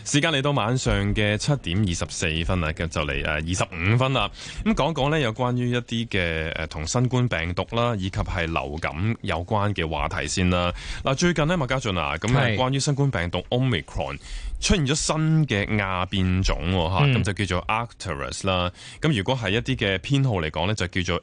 時間嚟到晚上嘅7:24啦，就嚟25分啦。咁講講呢，有關於一啲嘅同新冠病毒啦，以及係流感有關嘅話題先啦。嗱，最近呢，麥家俊啊，咁關於新冠病毒 Omicron 出現咗新嘅亞變種喎，咁就叫做 Arcturus 啦。咁如果係一啲嘅編號嚟講呢，就叫做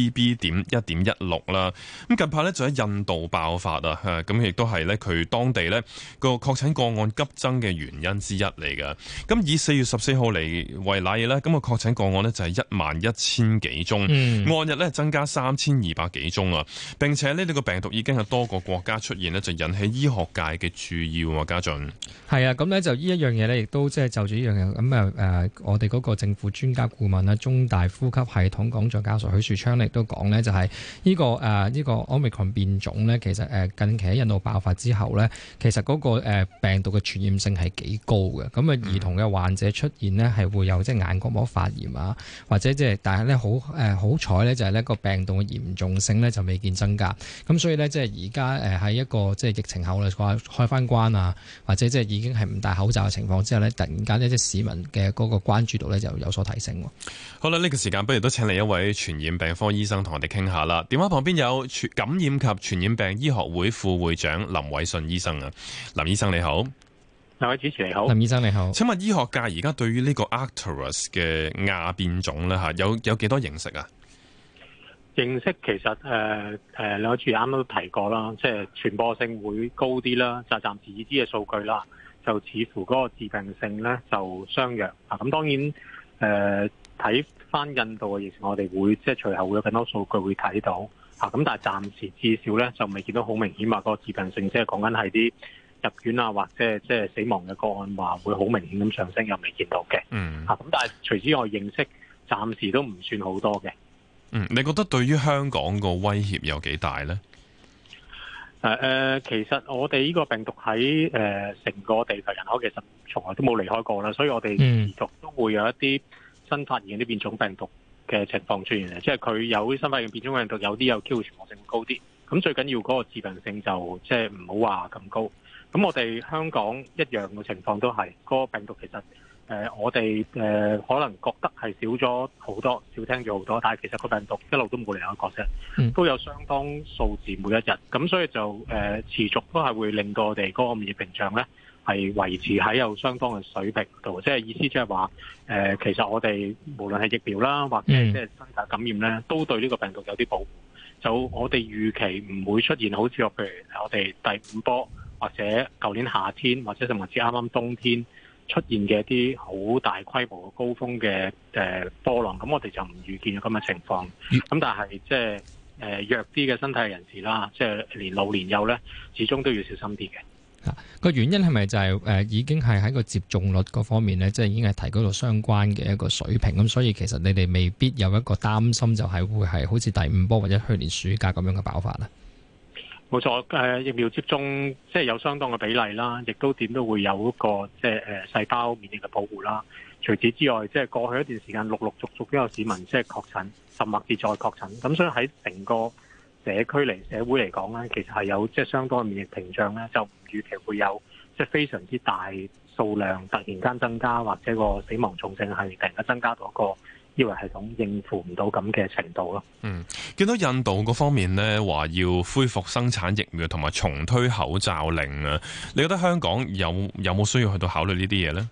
XBB.1.16 啦。咁近排呢，就喺印度爆發啊，咁亦都係呢，佢當地呢個確診個案急增嘅原因之一嚟嘅。咁以4月14號嚟為例咧，咁個確診個案呢就係11000幾宗，按日咧增加3200幾宗啊。並且呢個病毒已經係多個國家出現呢，就引起醫學界嘅注意喎。家俊係啊，咁呢就呢一樣嘢呢，亦都即係就住呢樣嘢咁我哋嗰個政府專家顧問啦，中大呼吸系統講座教授許樹昌亦都講呢，就係呢個 Omicron 變種呢，其實近期喺印度爆發之後呢，其實嗰個病毒嘅傳染性係幾高嘅。咁啊，兒童嘅患者出現呢，係會有即係眼角膜發炎啊，或者即係但係呢好彩呢，就係呢個病毒嘅嚴重性呢，就未見增加。咁所以呢，即係而家喺一個即係疫情後咧開翻關啊，或者即係已經係唔戴口罩嘅情況之下呢，突然間呢，即係市民嘅嗰個關注度呢，就有所提升。 好啦，呢個時間不如都請嚟一位傳染病科醫生同我哋傾下啦。電話旁邊有感染及傳染病醫學會副會長林緯遜醫生啊，林醫生你好。 兩位主持你好， 林醫生你好。請問醫學界而家對於呢個 Arcturus 嘅亞變種咧有幾多認識啊？ 認識其實兩位主持啱都提過啦，即係傳播性會高啲啦，就暫時已知嘅數據啦，就似乎嗰個致病性咧就相若啊。咁當然睇翻印度嘅疫情，我哋會即係隨後會有更多數據會睇到啊。咁但係暫時至少咧就未見到好明顯話嗰個致病性，即係講緊係啲入院啊，或者即係死亡嘅個案話會好明顯咁上升，又未見到嘅。咁但係除此之外認識暫時都唔算好多嘅。 你覺得對於香港個威脅有幾大呢？ 其實我哋呢個病毒喺成個地球人口其實從來都冇離開過啦，所以我哋持續都會有一啲新發現嘅啲變種病毒嘅情況出現嘅，即係佢有啲新發現變種病毒，有啲有機會傳播性高啲。咁最緊要嗰個致病性就即係唔好話咁高。咁我哋香港一樣嘅情況都係嗰個病毒其實我哋可能覺得係少咗好多，少聽咗好多，但係其實個病毒一路都冇離開過啫，都有相當數字每一日，咁所以就持續都係會令到我哋嗰個免疫屏障咧係維持喺有相當嘅水平度，即係意思即係話其實我哋無論係疫苗啦，或者即係新型感染咧，都對呢個病毒有啲保護。就我哋預期唔會出現好似譬如我哋第5波或者舊年夏天或者甚至啱啱冬天出現嘅一啲好大規模嘅高峰嘅波浪，咁我哋就唔預見有咁嘅情況。咁但係即係弱啲嘅身體嘅人士啦，即係年老年幼咧，始終都要小心啲嘅。 個原因係咪就係已經係喺個接種率嗰方面咧，即係已經係提高到相關嘅一個水平，咁所以其實你哋未必有一個擔心，就係會係好似第5波或者去年暑假咁樣嘅爆發啦。 冇錯，疫苗接種即係有相當嘅比例啦，亦都點都會有一個即係細胞免疫嘅保護啦。除此之外，即係過去一段時間陸陸續續都有市民即係確診，甚或至再確診，咁所以喺成個社會嚟講咧，其實係有即係相當嘅免疫屏障咧，就唔預期會有即係非常之大數量突然間增加，或者個死亡重症係突然間增加到一個醫療系統應付唔到咁嘅程度咯。 見到印度嗰方面呢，話要恢復生產疫苗同埋重推口罩令啊，你覺得香港有冇需要去到考慮呢啲嘢呢？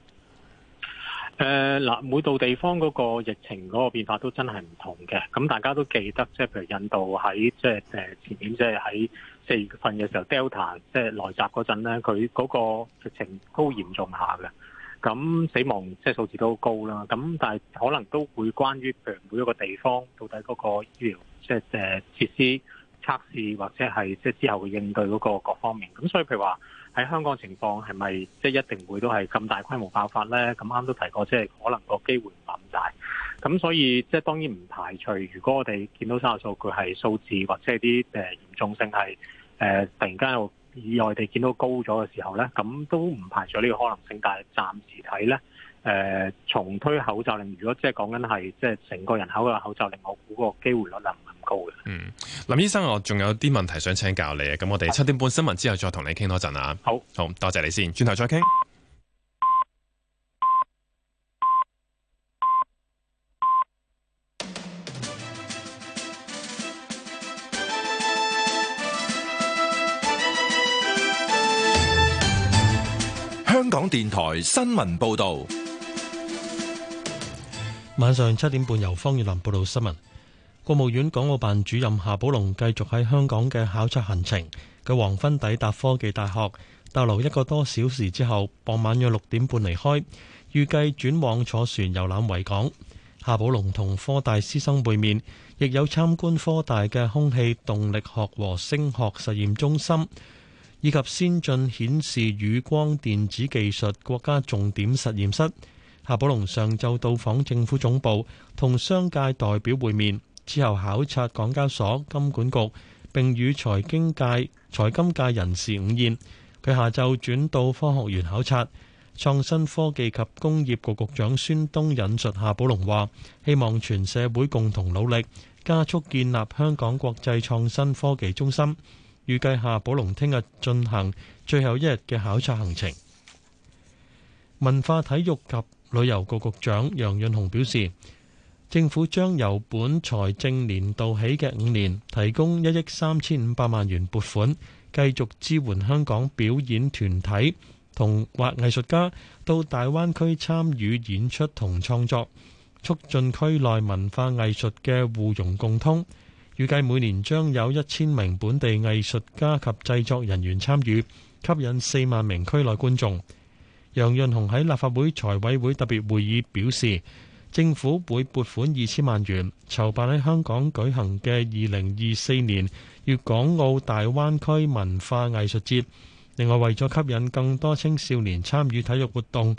每度地方嗰個疫情嗰個變化都真係唔同嘅。咁大家都記得，即係譬如印度喺即係前年即係喺4月份嘅時候 Delta 即係來襲嗰陣咧，佢嗰個疫情都嚴重下嘅。咁死亡即係數字都好高啦。咁但係可能都會關於譬如每一個地方到底嗰個醫療即係設施測試或者係即係之後嘅應對嗰個各方面。咁所以譬如話喺香港情況係咪即係一定會都係咁大規模爆發咧？咁啱都提過，即係可能個機會唔係咁大。咁所以即係當然唔排除，如果我哋見到三個數據係數字或者係啲嚴重性係突然間又意外地見到高咗嘅時候咧，咁都唔排除呢個可能性。但係暫時睇咧，重推口罩令，如果即係講緊係即係成個人口嘅口罩令，我估個機會率係唔咁高嘅。 林醫生，我仲有啲問題想請教你啊。咁我哋7點半新聞之後再同你傾多陣啊。好，多謝你先，轉頭再傾。 電台新聞報道。 晚上7點半由方月林報道新聞。國務院港澳辦主任夏寶龍繼續喺香港嘅考察行程，佢黃昏抵達科技大學，逗留1個多小時之後，傍晚約6點半離開，預計轉往坐船遊覽維港。夏寶龍同科大師生會面，亦有參觀科大嘅空氣動力學和聲學實驗中心，以及先進顯示與光電子技術國家重點實驗室。夏寶龍上晝到訪政府總部，同商界代表會面，之後考察港交所、金管局，並與財金界人士午宴。佢下晝轉到科學園考察。創新科技及工業局局長孫東引述夏寶龍話，希望全社會共同努力，加速建立香港國際創新科技中心。預計夏寶龍聽日進行最後一日嘅考察行程。文化體育及旅遊局局長楊潤雄表示，政府將由本財政年度起嘅5年提供1億3500萬元撥款，繼續支援香港表演團體同或藝術家到大灣區參與演出同創作，促進區內文化藝術嘅互融共通。預計每年將有1000名本地藝術家及製作人員參與，吸引4萬名區內觀眾。楊潤雄喺立法會財委會特別會議表示，政府會撥款2000萬元籌辦喺香港舉行嘅2024年粵港澳大灣區文化藝術節。另外，為咗吸引更多青少年參與體育活動，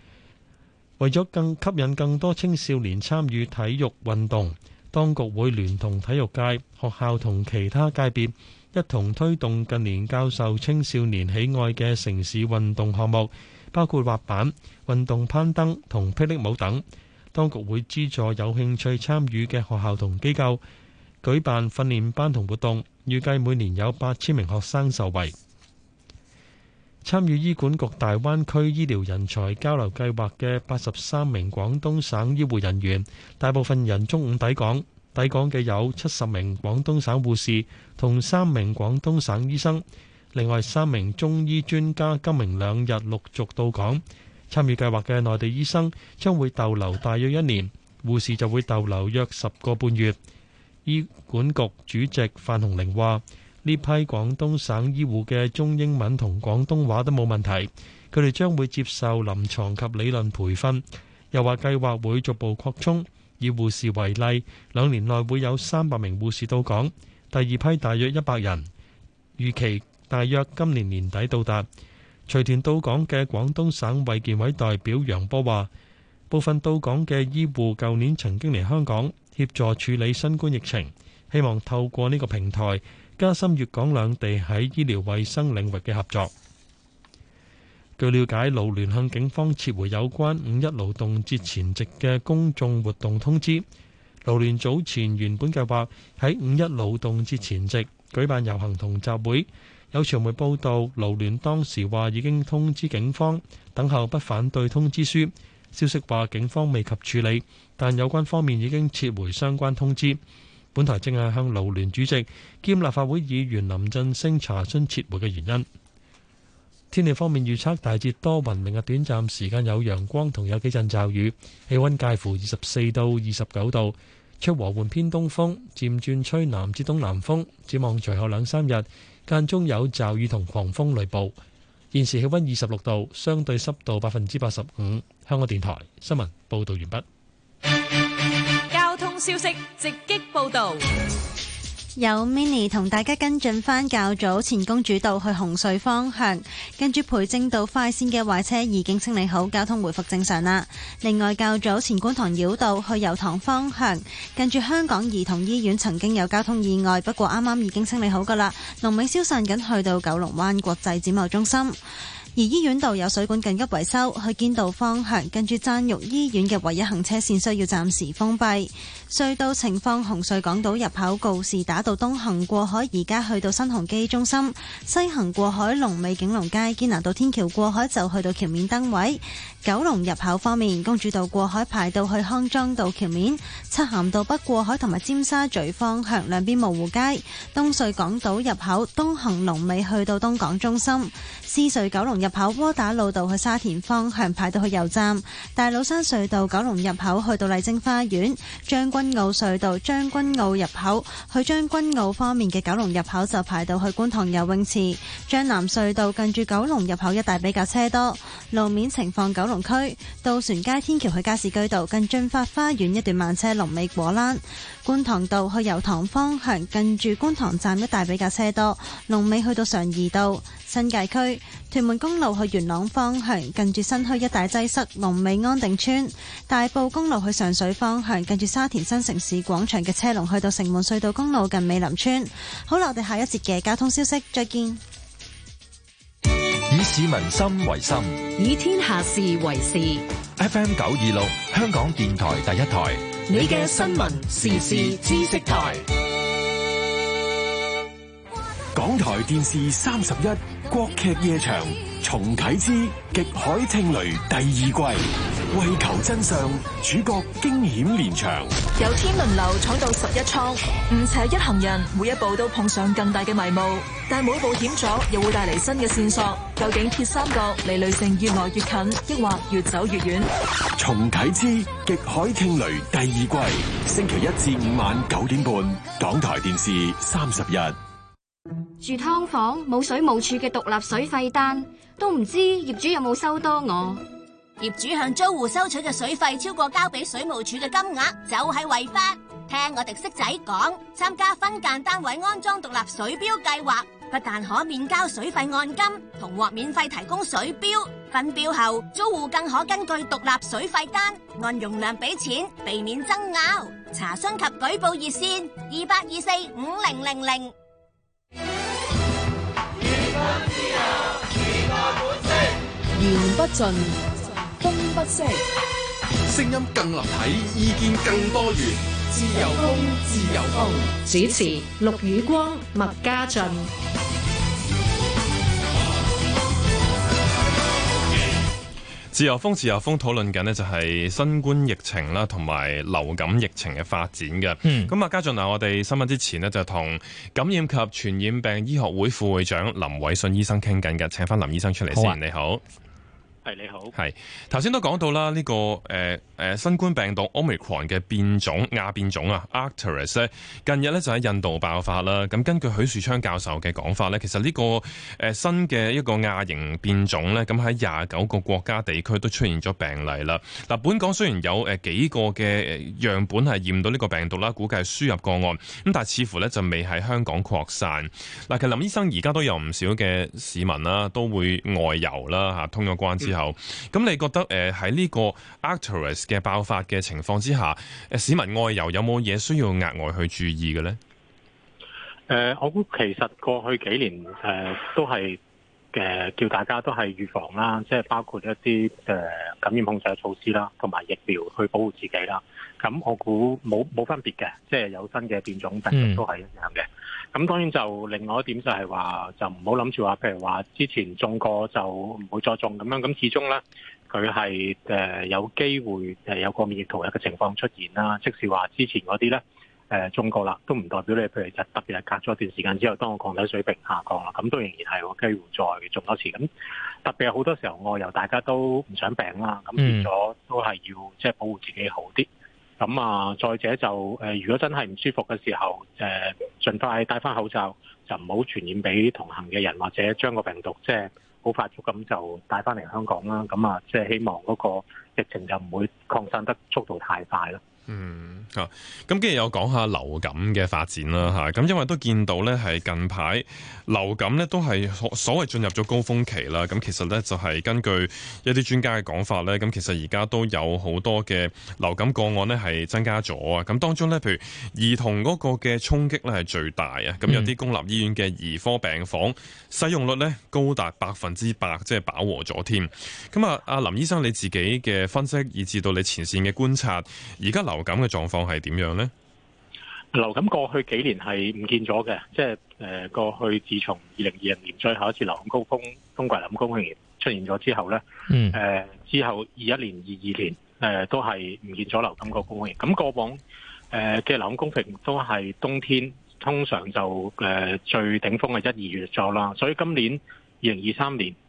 當局會聯同體育界、學校同其他界別一同推動近年較受青少年喜愛嘅城市運動項目，包括滑板、運動攀登同霹靂舞等。當局會資助有興趣參與嘅學校同機構舉辦訓練班同活動，預計每年有8000名學生受惠。參與醫管局大灣區醫療人才交流計劃嘅83名廣東省醫護人員，大部分人中午抵港。抵港嘅有70名廣東省護士同3名廣東省醫生，另外3名中醫專家今明2日陸續到港。參與計劃嘅內地醫生將會逗留大約1年，護士就會逗留約10個半月。醫管局主席范鴻齡話：呢批廣東省醫護嘅中英文同廣東話都冇問題，佢哋將會接受臨床及理論培訓。又話計劃會逐步擴充，以護士為例，2年內會有300名護士到港，第二批大約100人，預期大約今年年底到達。隨團到港嘅廣東省衛健委代表楊波話，部分到港嘅醫護舊年曾經嚟香港協助處理新冠疫情，希望透過呢個平台加深粵港兩地喺醫療衛生領域嘅合作。據了解，勞聯向警方撤回有關5·1勞動節前夕嘅公眾活動通知。勞聯早前原本計劃喺5·1勞動節前夕舉辦遊行同集會，有傳媒報道，勞聯當時話已經通知警方，等候不反對通知書。消息話警方未及處理，但有關方面已經撤回相關通知。本台正係向勞聯主席兼立法會議員林振昇查詢撤回嘅原因。天氣方面預測大致多雲，明日短暫時間有陽光同有幾陣驟雨，氣溫介乎24到29度，吹和緩偏東風，漸轉吹南至東南風。展望隨後2-3日間中有驟雨同狂風雷暴。現時氣溫26度，相對濕度85%。香港電台新聞報道完畢。 交通消息直擊報道。 有 Mini 同大家跟進返較早前公主道去紅隧方向，跟住培正道快線嘅壞車已經清理好，交通回復正常啦。另外，較早前觀塘繞道去油塘方向，跟住香港兒童醫院曾經有交通意外，不過啱啱已經清理好噶啦，龍尾消散緊去到九龍灣國際展貿中心。而醫院道有水管緊急維修，去堅道方向跟住贊育醫院嘅唯一行車線需要暫時封閉。隧道情況：紅隧港島入口告士打道東行過海，而家去到新鴻基中心；西行過海龍尾景隆街，堅拿道天橋過海就去到橋面燈位。九龍入口方面，公主道過海排到去康莊道橋面，漆咸道北過海同埋尖沙咀方向兩邊蕪湖街。東隧港島入口東行龍尾去到東港中心。獅隧九龍入口窩打老道去沙田方向排到去油站，大老山隧道九龍入口去到麗晶花園，將軍澳隧道將軍澳入口去將軍澳方面嘅九龍入口就排到去觀塘游泳池，將南隧道近住九龍入口一帶比較車多。路面情況，九龍區渡船街天橋去加士居道近駿發花園一段慢車龍尾果欄，觀塘道去油塘方向近住觀塘站一帶比較車多，龍尾去到常怡道。新界區屯門公路去元朗方向近住新墟一帶擠塞，龍尾安定村。大埔公路去上水方向近住沙田新城市廣場嘅車龍去到城門隧道公路近美林村。好啦，我哋下一節嘅交通消息再見。 以市民心為心， 以天下事為事。 FM 926香港電台第一台， 你嘅新聞時事知識台。 港台電視31國劇夜場重啟之極海聽雷第2季，為求真相，主角驚險連場。 由天輪樓闖到11倉，吳邪一行人每一步都碰上更大嘅迷霧，但每步險阻又會帶嚟新嘅線索。究竟鐵三角離雷城越來越近，抑或越走越遠？ 重啟之極海聽雷第2季，星期1至5晚9點半，港台電視31。 住劏房冇水務署嘅獨立水費單，都唔知業主有冇收多我。 業主向租戶收取嘅水費超過交俾水務署嘅金額，就係違法。聽我哋識仔講，參加分間單位安裝獨立水錶計劃，不但可免交水費按金，同獲免費提供水錶。分錶後，租戶更可根據獨立水費單按容量俾錢，避免爭拗。查詢及舉報熱線28245000。 言不盡，風不息， 聲音更立體，意見更多元。自由風，自由風。 主持：陸宇光、麥家俊。 自由風討論緊呢就係新冠疫情啦，同埋流感疫情嘅發展嘅。咁啊，家俊，我哋新聞之前呢，就同感染及傳染病醫學會副會長林緯遜醫生傾緊嘅，請翻林醫生出嚟先。你好。 係，你好。 係頭先都講到啦，呢個新冠病毒 Omicron 嘅變種亞變種啊 Arcturus 咧，近日咧就喺印度爆發啦。咁根據許樹昌教授嘅講法咧，其實呢個新嘅一個亞型變種咧，咁喺29個國家地區都出現咗病例啦。嗱，本港雖然有幾個嘅樣本係驗到呢個病毒啦，估計係輸入個案，咁但係似乎咧就未喺香港擴散。嗱，其實林醫生而家都有唔少嘅市民啦，都會外遊啦嚇，通咗關之後，咁你覺得喺呢個 Arcturus 嘅爆發嘅情況之下，市民外遊有冇嘢需要額外去注意嘅呢？ 我估其實過去幾年都係叫大家都係預防啦，即係包括一啲感染控制嘅措施啦，同埋疫苗去保護自己啦。咁我估冇分別嘅，即係有新嘅變種病毒都係一樣嘅。咁當然就另外一點就係話，就唔好諗住話，譬如話之前中過就唔會再中咁樣。咁始終咧，佢係有機會有個免疫逃逸嘅情況出現啦。即是話之前嗰啲咧中過啦，都唔代表你譬如就特別係隔咗一段時間之後，當個抗體水平下降啦，咁都仍然係有機會再中多次。咁特別係好多時候外遊大家都唔想病啦，咁變咗都係要即係保護自己好啲。咁啊，再者就如果真係唔舒服嘅時候，盡快戴翻口罩，就唔好傳染俾同行嘅人，或者將個病毒即係好快速咁就帶翻嚟香港啦。咁啊，即係希望嗰個疫情就唔會擴散得速度太快咯。 咁跟住有講下流感嘅發展啦，咁因為都見到咧係近排流感咧都係所謂進入咗高峰期啦。咁其實咧就係根據一啲專家嘅講法咧，咁其實而家都有好多嘅流感個案咧係增加咗啊。咁當中咧，譬如兒童嗰個嘅衝擊咧係最大啊。咁有啲公立醫院嘅兒科病房使用率咧高達100%，即係飽和咗添。咁啊，阿林醫生你自己嘅分析，以至到你前線嘅觀察，而家流感嘅狀況係點樣呢？ 流感過去幾年係唔見咗嘅，即係過去自從2020年最後一次流感高峰冬季流感高峰期出現咗之後咧，之後21年、22年都係唔見咗流感高峰期。咁過往嘅流感高峰都係冬天，通常就最頂峰係1、2月咗啦。所以今年2023年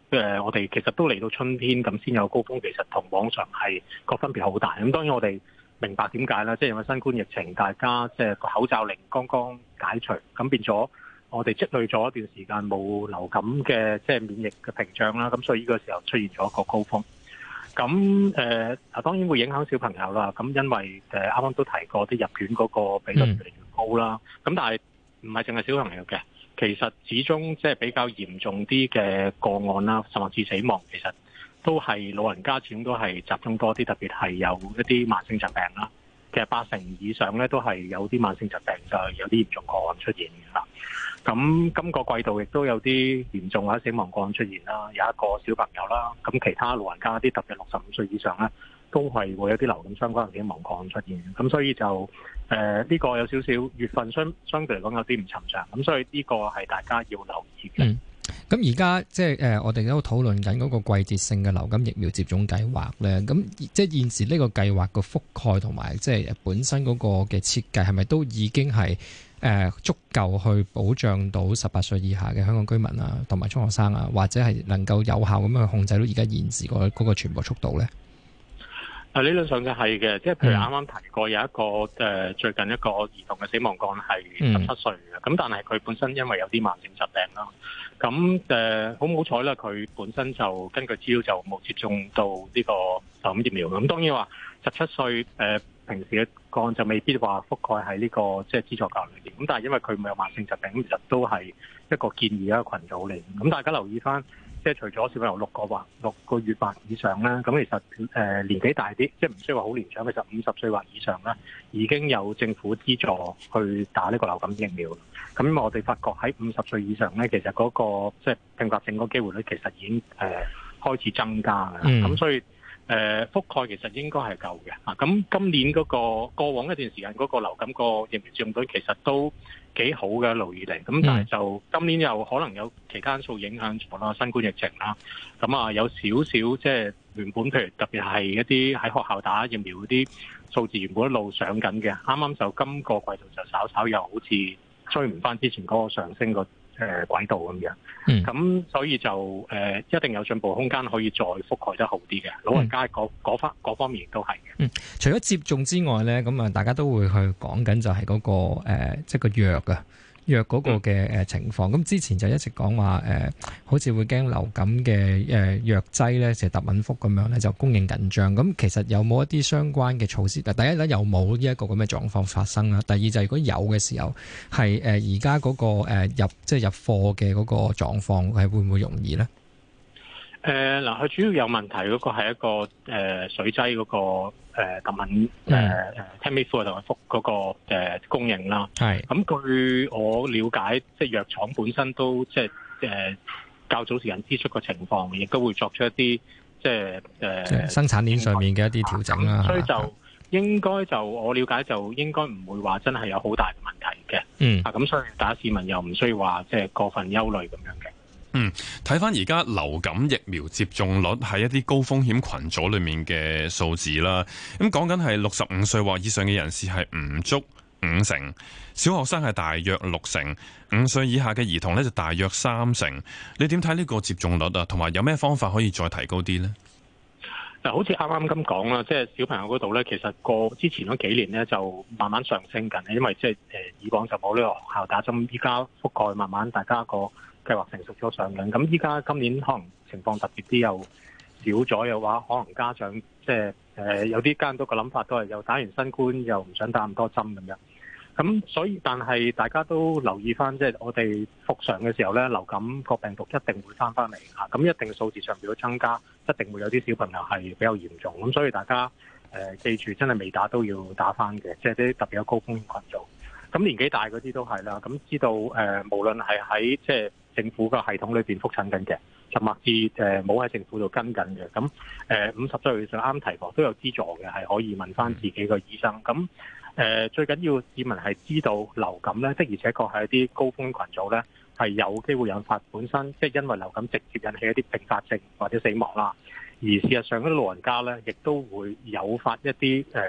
我哋其實都嚟到春天咁先有高峰，其實同往常係個分別好大。咁當然我哋明白點解啦，即係因為新冠疫情，大家即係個口罩令剛剛解除，咁變咗我哋積累咗一段時間冇流感嘅即係免疫嘅屏障啦，咁所以呢個時候出現咗一個高峰。咁當然會影響小朋友啦。咁因為啱啱都提過啲入院嗰個比率越嚟越高啦。咁但係唔係淨係小朋友嘅，其實始終即係比較嚴重啲嘅個案啦，甚至死亡，其實都係老人家始終都係集中多啲，特別係有一啲慢性疾病啦。其實80%以上咧都係有啲慢性疾病，就係有啲嚴重個案出現嘅啦。咁今個季度亦都有啲嚴重或者死亡個案出現啦，有一個小朋友啦，咁其他老人家啲特別65歲以上咧，都係會有啲流感相關嘅死亡個案出現。咁所以就呢個有少少月份相對嚟講有啲唔尋常，咁所以呢個係大家要留意嘅。 咁而家即係我哋都討論緊嗰個季節性嘅流感疫苗接種計劃咧，咁即係現時呢個計劃嘅覆蓋同埋即係本身嗰個嘅設計係咪都已經係足夠去保障到18歲以下嘅香港居民啊，同埋中學生啊，或者係能夠有效咁樣去控制到而家現時嗰個傳播速度咧？ 理論上就係嘅，即係譬如啱啱提過有一個最近一個兒童嘅死亡個案係17歲嘅，咁但係佢本身因為有啲慢性疾病啦，咁好唔好彩啦，佢本身就根據資料就冇接種到呢個流感疫苗。咁當然話17歲平時嘅個案就未必話覆蓋喺呢個即係資助教育裏邊，咁但係因為佢冇有慢性疾病，咁其實都係一個建議一個群組嚟。咁大家留意翻。即係除咗小朋友6個月或以上咧，咁其實年紀大啲，即係唔需要話好年長，其實50歲或以上咧，已經有政府資助去打呢個流感疫苗。咁我哋發覺喺50歲以上咧，其實嗰個即係併發症嗰個機會率其實已經開始增加嘅。咁所以覆蓋其實應該係夠嘅。咁今年嗰個過往一段時間嗰個流感個疫苗接種率其實都幾好嘅一路以嚟，咁但係就今年又可能有其他因素影響咗啦，新冠疫情啦，咁啊有少少即係原本譬如特別係一啲喺學校打疫苗嗰啲數字原本一路上緊嘅，啱啱就今個季度就稍稍又好似追唔翻之前嗰個上升個軌道咁樣，咁所以就一定有進步空間，可以再覆蓋得好啲嘅。老人家嗰方面亦都係嘅。 除咗接種之外咧，咁啊大家都會去講緊就係嗰個即係個藥嗰個嘅情況。咁之前就一直講話好似會驚流感嘅藥劑咧，就特敏福咁樣咧就供應緊張。咁其實有冇一啲相關嘅措施？第一咧有冇呢一個咁嘅狀況發生啦？第二就係如果有嘅時候，係而家嗰個入貨嘅嗰個狀況係會唔會容易咧？嗱，佢主要有問題嗰個係一個水劑嗰個特敏Tamiflu 同埋福嗰個供應啦。係咁，據我了解，即係藥廠本身都即係較早時間支出個情況，亦都會作出一啲即係生產鏈上面嘅一啲調整啦。 所以就應該就我了解就應該唔會話真係有好大嘅問題嘅。咁所以大家市民又唔需要話即係過分憂慮咁樣嘅。 睇翻而家流感疫苗接種率喺一啲高風險群組裏面嘅數字啦，咁講緊係65歲或以上嘅人士係唔足50%，小學生係大約60%，5歲以下嘅兒童呢就大約30%。你點睇呢個接種率啊？同埋有咩方法可以再提高啲呢？ 嗱，好似啱啱咁講啦，即係小朋友嗰度咧，其實之前嗰幾年咧就慢慢上升緊，因為即係以往就冇呢個學校打針，依家覆蓋慢慢大家個計劃成熟咗上緊。咁依家今年可能情況特別啲又少咗嘅話，可能家長即係有啲家長都個諗法都係又打完新冠又唔想打咁多針咁樣。咁所以但係大家都留意翻，即係我哋復常嘅時候咧，流感個病毒一定會翻嚟嚇，咁一定數字上邊會增加，一定會有啲小朋友係比較嚴重。咁所以大家記住，真係未打都要打翻嘅，即係啲特別有高風險群組。咁年紀大嗰啲都係啦。咁知道無論係喺即係政府個系統裏邊覆診緊嘅，甚至冇喺政府度跟緊嘅。咁50歲以上啱提過都有資助嘅，係可以問翻自己個醫生。咁最緊要市民係知道流感咧，的而且確係一啲高風險群組咧，係有機會引發本身即係因為流感直接引起一啲併發症或者死亡啦。而事實上嗰啲老人家咧，亦都會誘發一啲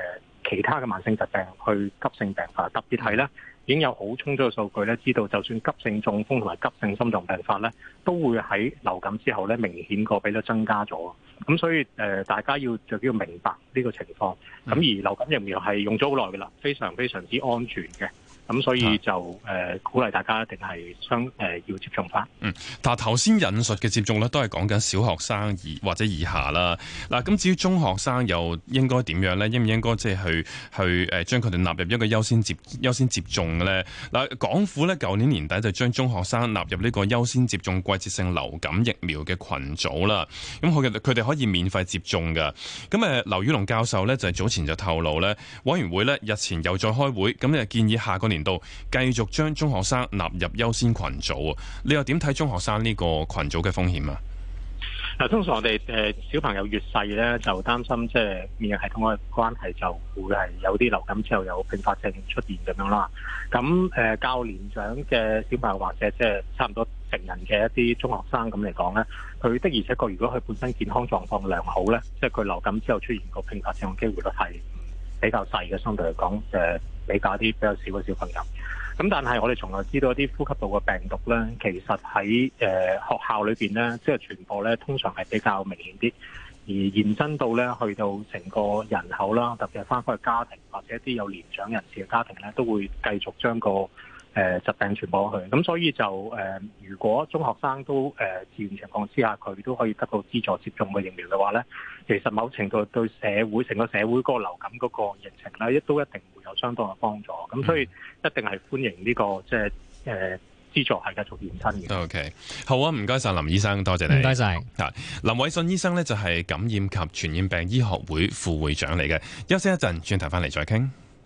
其他嘅慢性疾病去急性病發，特別係咧已經有好充足嘅數據咧，知道就算急性中風同埋急性心臟病發咧，都會喺流感之後咧明顯個比率增加咗。咁所以大家最緊要明白呢個情況。咁而流感疫苗係用咗好耐㗎啦，非常非常之安全嘅。咁所以就鼓勵大家一定係要接種翻。 但係頭先引述嘅接種咧，都係講緊小學生或者以下啦。嗱，咁至於中學生又應該點樣咧？應唔應該即係去將佢哋納入一個優先接種嘅咧？嗱，港府咧舊年年底就將中學生納入呢個優先接種季節性流感疫苗嘅群組啦。咁佢哋可以免費接種㗎。咁劉宇龍教授咧就係早前就透露咧，委員會咧日前又再開會，咁就建議下個年度繼續將中學生納入優先群組啊！你又點睇中學生呢個群組嘅風險啊？ 嗱，通常我哋小朋友越細咧，就擔心即係免疫系統嘅關係，就會係有啲流感之後有併發症出現咁樣啦。咁較年長嘅小朋友或者即係差唔多成人嘅一啲中學生咁嚟講咧，佢的而且確如果佢本身健康狀況良好咧，即係佢流感之後出現個併發症嘅機會率係比較細嘅，相對嚟講比較啲比較少嘅小朋友。咁但係我哋從來知道一啲呼吸道嘅病毒咧，其實喺學校裏邊咧，即係傳播咧，通常係比較明顯啲，而延伸到咧去到成個人口啦，特別係翻返去家庭或者一啲有年長人士嘅家庭咧，都會繼續將個疾病傳播去。咁所以就如果中學生都自願情況之下，佢都可以得到資助接種嘅疫苗嘅話咧，其實某程度對成個社會嗰個流感嗰個疫情咧，都一定會有相當嘅幫助。咁所以一定係歡迎呢個即係資助係繼續延伸嘅。 OK， 好啊，唔該晒林醫生，多謝你。 唔該晒。 林緯遜醫生呢就係感染及傳染病醫學會副會長嚟嘅。休息一陣，轉頭翻嚟再傾。